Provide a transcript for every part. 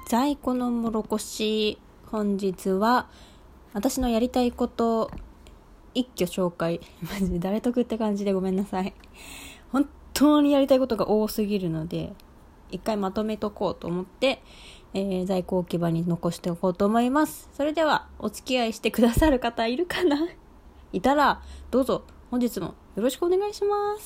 在庫のもろこし。本日は私のやりたいこと一挙紹介。マジで誰得って感じでごめんなさい。本当にやりたいことが多すぎるので一回まとめとこうと思って、在庫置き場に残しておこうと思います。それではお付き合いしてくださる方いるかないたらどうぞ本日もよろしくお願いします。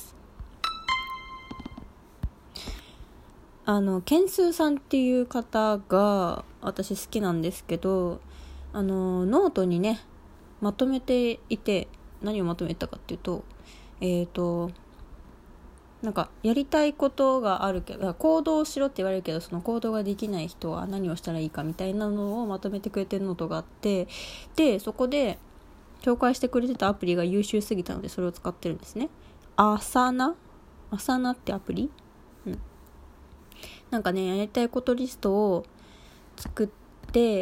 ケンスーさんっていう方が私好きなんですけど、ノートにねまとめていて、何をまとめたかっていうと、なんかやりたいことがあるけど行動しろって言われるけど、その行動ができない人は何をしたらいいかみたいなのをまとめてくれてるノートがあって、でそこで紹介してくれてたアプリが優秀すぎたのでそれを使ってるんですね。アサナってアプリ、なんかね、やりたいことリストを作って、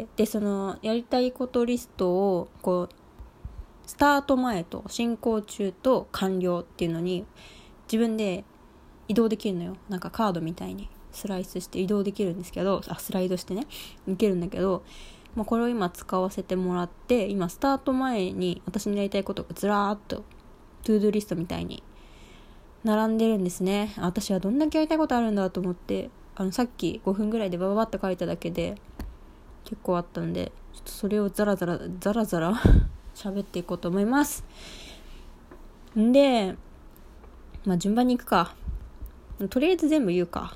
でそのやりたいことリストをこうスタート前と進行中と完了っていうのに自分で移動できるのよ。なんかカードみたいにスライスして移動できるんですけど、スライドしてねいけるんだけど、これを今使わせてもらって、今スタート前に私のやりたいことがずらーっとトゥードゥリストみたいに並んでるんですね。私はどんだけやりたいことあるんだと思って、さっき5分ぐらいでバババッと書いただけで結構あったんで、ちょっとそれをザラザラ喋っていこうと思います。んで、順番に行くか。とりあえず全部言うか。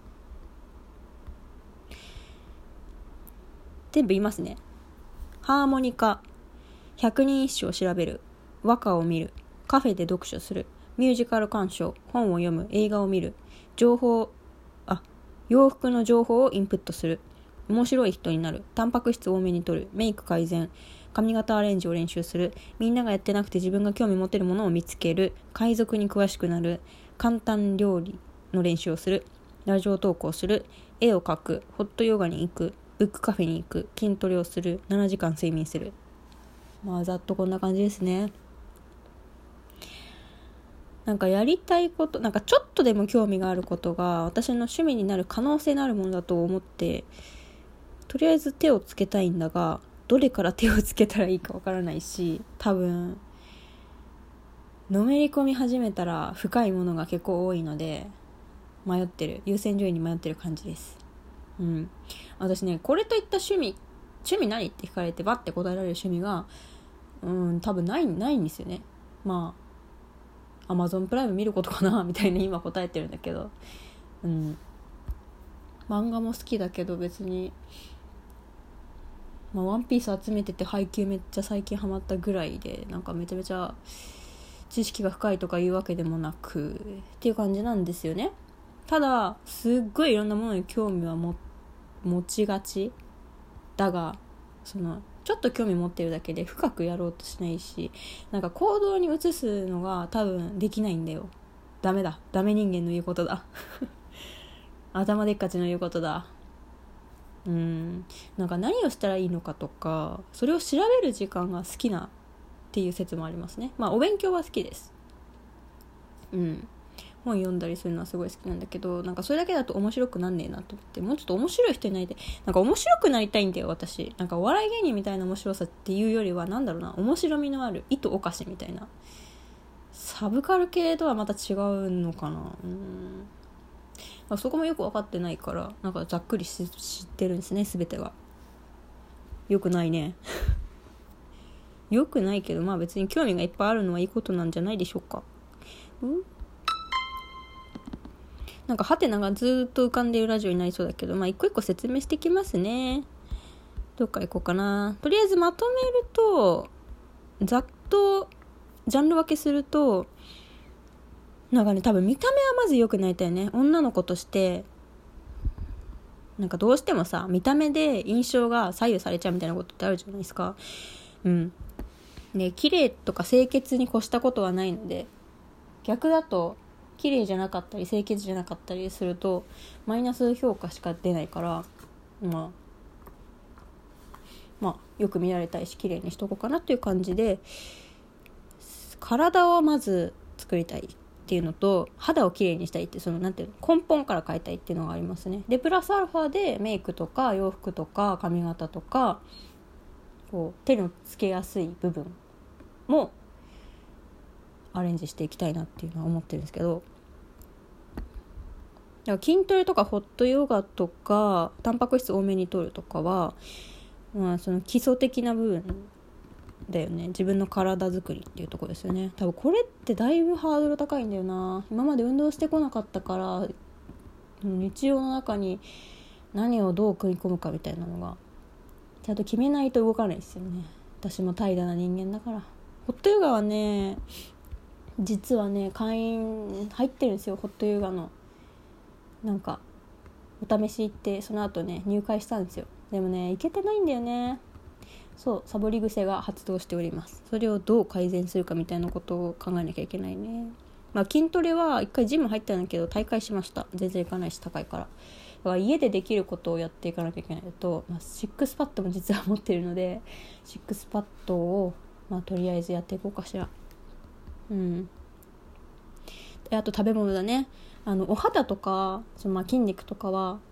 全部言いますね。ハーモニカ、百人一首を調べる、和歌を見る、カフェで読書する、ミュージカル鑑賞、本を読む、映画を見る、洋服の情報をインプットする、面白い人になる、タンパク質多めに摂る、メイク改善、髪型アレンジを練習する、みんながやってなくて自分が興味持てるものを見つける、海賊に詳しくなる、簡単料理の練習をする、ラジオ投稿する、絵を描く、ホットヨガに行く、ブックカフェに行く、筋トレをする、7時間睡眠する。ざっとこんな感じですね。なんかやりたいこと、なんかちょっとでも興味があることが私の趣味になる可能性のあるものだと思って、とりあえず手をつけたいんだが、どれから手をつけたらいいかわからないし、多分のめり込み始めたら深いものが結構多いので優先順位に迷ってる感じです。私ね、これといった趣味何って聞かれてバッて答えられる趣味が多分ないんですよね。Amazon プライム見ることかなみたいな今答えてるんだけど、漫画も好きだけど別にワンピース集めてて配給めっちゃ最近ハマったぐらいで、なんかめちゃめちゃ知識が深いとかいうわけでもなくっていう感じなんですよね。ただすっごいいろんなものに興味は持ちがちだが、ちょっと興味持ってるだけで深くやろうとしないし、なんか行動に移すのが多分できないんだよ。ダメ人間の言うことだ頭でっかちの言うことだ。なんか何をしたらいいのかとか、それを調べる時間が好きなっていう説もありますね。お勉強は好きです。本読んだりするのはすごい好きなんだけど、なんかそれだけだと面白くなんねえなと思って、もうちょっと面白い人になりたい。なんか面白くなりたいんだよ私。なんかお笑い芸人みたいな面白さっていうよりは、面白みのある糸おかしみたいな、サブカル系とはまた違うのかな。そこもよく分かってないから、なんかざっくり知ってるんですね、全てが。よくないねよくないけど、別に興味がいっぱいあるのはいいことなんじゃないでしょうか。なんかハテナがずっと浮かんでいるラジオになりそうだけど、一個一個説明していきますね。どっから行こうかな。とりあえずまとめると、ざっとジャンル分けすると、なんかね、多分見た目はまず良くなりたいね。女の子としてなんかどうしてもさ、見た目で印象が左右されちゃうみたいなことってあるじゃないですか。綺麗とか清潔に越したことはないので、逆だと綺麗じゃなかったり清潔じゃなかったりするとマイナス評価しか出ないから、よく見られたいし綺麗にしとこうかなっていう感じで、体をまず作りたいっていうのと、肌をきれいにしたいってそのなんていうの、根本から変えたいっていうのがありますね。でプラスアルファでメイクとか洋服とか髪型とかこう手のつけやすい部分もアレンジしていきたいなっていうのは思ってるんですけど、だから筋トレとかホットヨガとかタンパク質多めに摂るとかは、その基礎的な部分だよね。自分の体作りっていうところですよね。多分これってだいぶハードル高いんだよな。今まで運動してこなかったから日常の中に何をどう組み込むかみたいなのがちゃんと決めないと動かないですよね。私も怠惰な人間だから。ホットヨガはね、実はね会員入ってるんですよ。ホットヨガのなんかお試し行ってその後ね入会したんですよ。でもね行けてないんだよね。そうサボり癖が発動しております。それをどう改善するかみたいなことを考えなきゃいけないね。筋トレは一回ジム入ったんだけど退会しました。全然行かないし高いから。だから家でできることをやっていかなきゃいけないと、シックスパッドも実は持ってるのでシックスパッドをとりあえずやっていこうかしら。であと食べ物だね。お肌とか筋肉とかは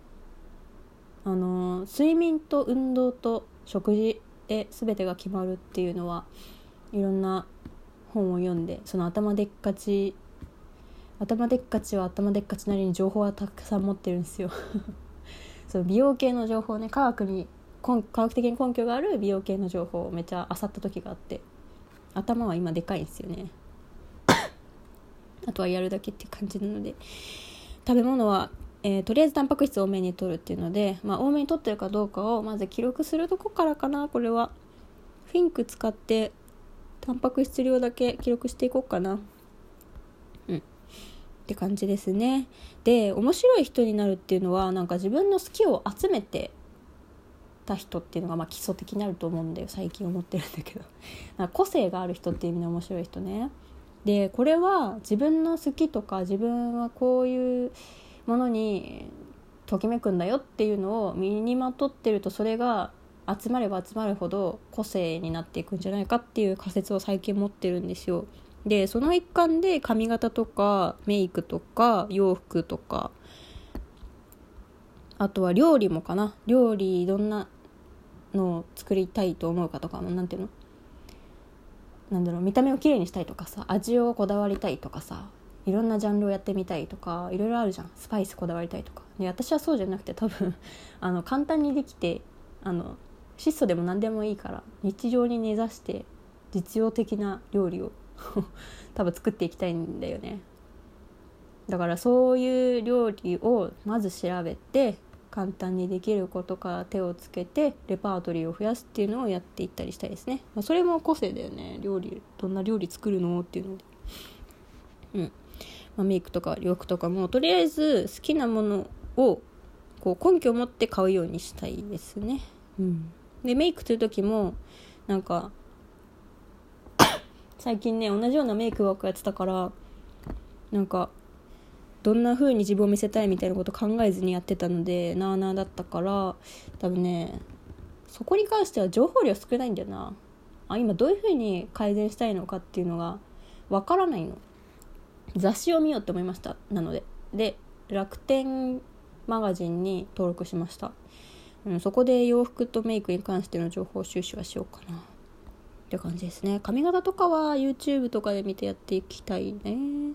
睡眠と運動と食事で全てが決まるっていうのはいろんな本を読んで、その頭でっかちは頭でっかちなりに情報はたくさん持ってるんですよその美容系の情報ね、科学的に根拠がある美容系の情報をめっちゃ漁った時があって、頭は今でかいんですよねあとはやるだけっていう感じなので、食べ物は、とりあえずタンパク質多めに摂るっていうので、多めに摂ってるかどうかをまず記録するとこからかな。これはフィンク使ってタンパク質量だけ記録していこうかなって感じですね。で面白い人になるっていうのはなんか自分の好きを集めてた人っていうのが基礎的になると思うんだよ、最近思ってるんだけどなんか個性がある人っていう意味で面白い人ね。でこれは自分の好きとか自分はこういうものにときめくんだよっていうのを身にまとってると、それが集まれば集まるほど個性になっていくんじゃないかっていう仮説を最近持ってるんですよ。でその一環で髪型とかメイクとか洋服とか、あとは料理もかな。料理どんなのを作りたいと思うかとかも、なんていうの、見た目をきれいにしたいとかさ、味をこだわりたいとかさ、いろんなジャンルをやってみたいとかいろいろあるじゃん。スパイスこだわりたいとか。で私はそうじゃなくて、多分簡単にできて質素でも何でもいいから日常に根ざして実用的な料理を多分作っていきたいんだよね。だからそういう料理をまず調べて、簡単にできることから手をつけてレパートリーを増やすっていうのをやっていったりしたいですね。それも個性だよね。どんな料理作るのっていうので、メイクとか洋服とかもとりあえず好きなものをこう根拠を持って買うようにしたいですね。でメイクする時もなんか最近ね同じようなメイクばっかやってたから、なんかどんな風に自分を見せたいみたいなこと考えずにやってたのでなあなあだったから、多分ねそこに関しては情報量少ないんだよな。今どういう風に改善したいのかっていうのがわからないの。雑誌を見ようって思いました。なので楽天マガジンに登録しました。そこで洋服とメイクに関しての情報収集はしようかなって感じですね。髪型とかは YouTube とかで見てやっていきたいね。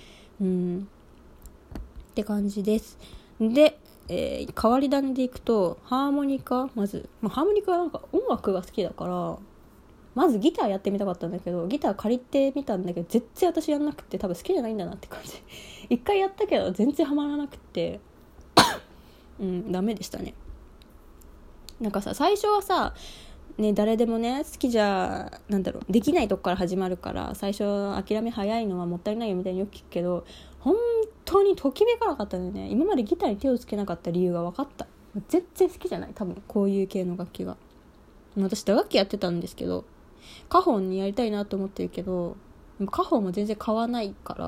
って感じです。で、変わり種でいくとハーモニカ。ハーモニカはなんか音楽が好きだから、まずギターやってみたかったんだけど、ギター借りてみたんだけど全然私やんなくて、多分好きじゃないんだなって感じ一回やったけど全然ハマらなくてダメでしたね。なんかさ、最初はさ誰でもね好きじゃできないとこから始まるから、最初諦め早いのはもったいないよみたいによく聞くけど、本当にときめかなかったんだよね。今までギターに手をつけなかった理由が分かった。全然好きじゃない、多分こういう系の楽器が。私打楽器やってたんですけど、カホンにやりたいなと思ってるけど、カホンも全然買わないから、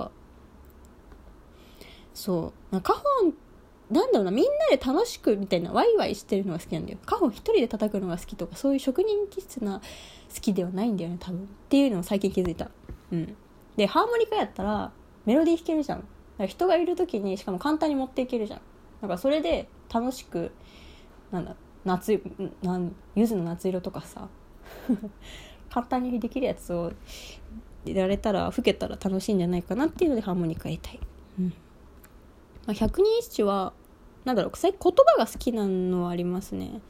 そうカホンみんなで楽しくみたいなワイワイしてるのが好きなんだよ。カホン一人で叩くのが好きとか、そういう職人気質な好きではないんだよね多分っていうのを最近気づいた。でハーモニカやったらメロディー弾けるじゃん。だから人がいる時にしかも簡単に持っていけるじゃん。なんかそれで楽しく柚子の夏色とかさ簡単にできるやつをやれたら吹けたら楽しいんじゃないかなっていうのでハーモニカやりたい。百人一首は言葉が好きなのはありますね。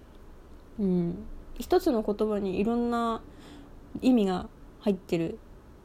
一つの言葉にいろんな意味が入ってる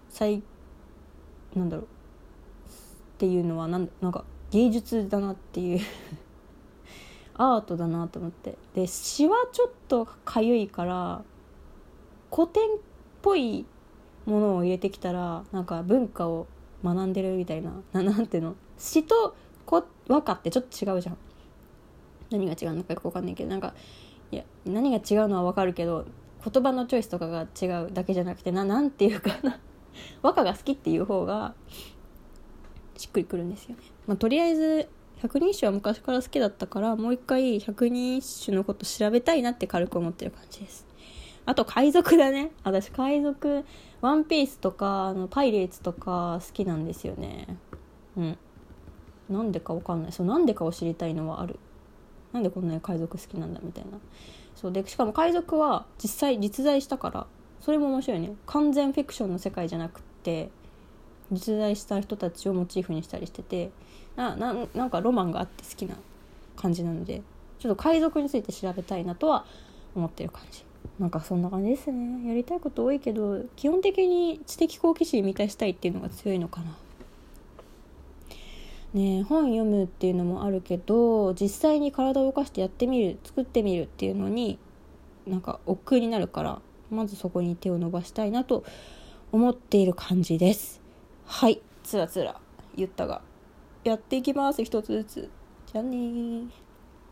っていうのはなんか芸術だなっていうアートだなと思って。で詩はちょっとかゆいから古典っぽいものを入れてきたらなんか文化を学んでるみたいな、なんていうの、詩と和歌ってちょっと違うじゃん。何が違うのかよく分かんないけど、いや何が違うのは分かるけど言葉のチョイスとかが違うだけじゃなくてなんていうかな和歌が好きっていう方がしっくりくるんですよね。とりあえず百人一首は昔から好きだったからもう一回百人一首のこと調べたいなって軽く思ってる感じです。あと海賊だね。私海賊ワンピースとかパイレーツとか好きなんですよね。なんでかわかんない。なんでかを知りたいのはある。なんでこんなに海賊好きなんだみたいな。そうでしかも海賊は実在したからそれも面白いね。完全フィクションの世界じゃなくって実在した人たちをモチーフにしたりしててなんかロマンがあって好きな感じなのでちょっと海賊について調べたいなとは思ってる感じ。なんかそんな感じですね。やりたいこと多いけど基本的に知的好奇心満たしたいっていうのが強いのかな。本読むっていうのもあるけど実際に体を動かしてやってみる作ってみるっていうのになんか億劫になるからまずそこに手を伸ばしたいなと思っている感じです。はい、つらつら言ったがやっていきます。一つずつ。じゃあねー。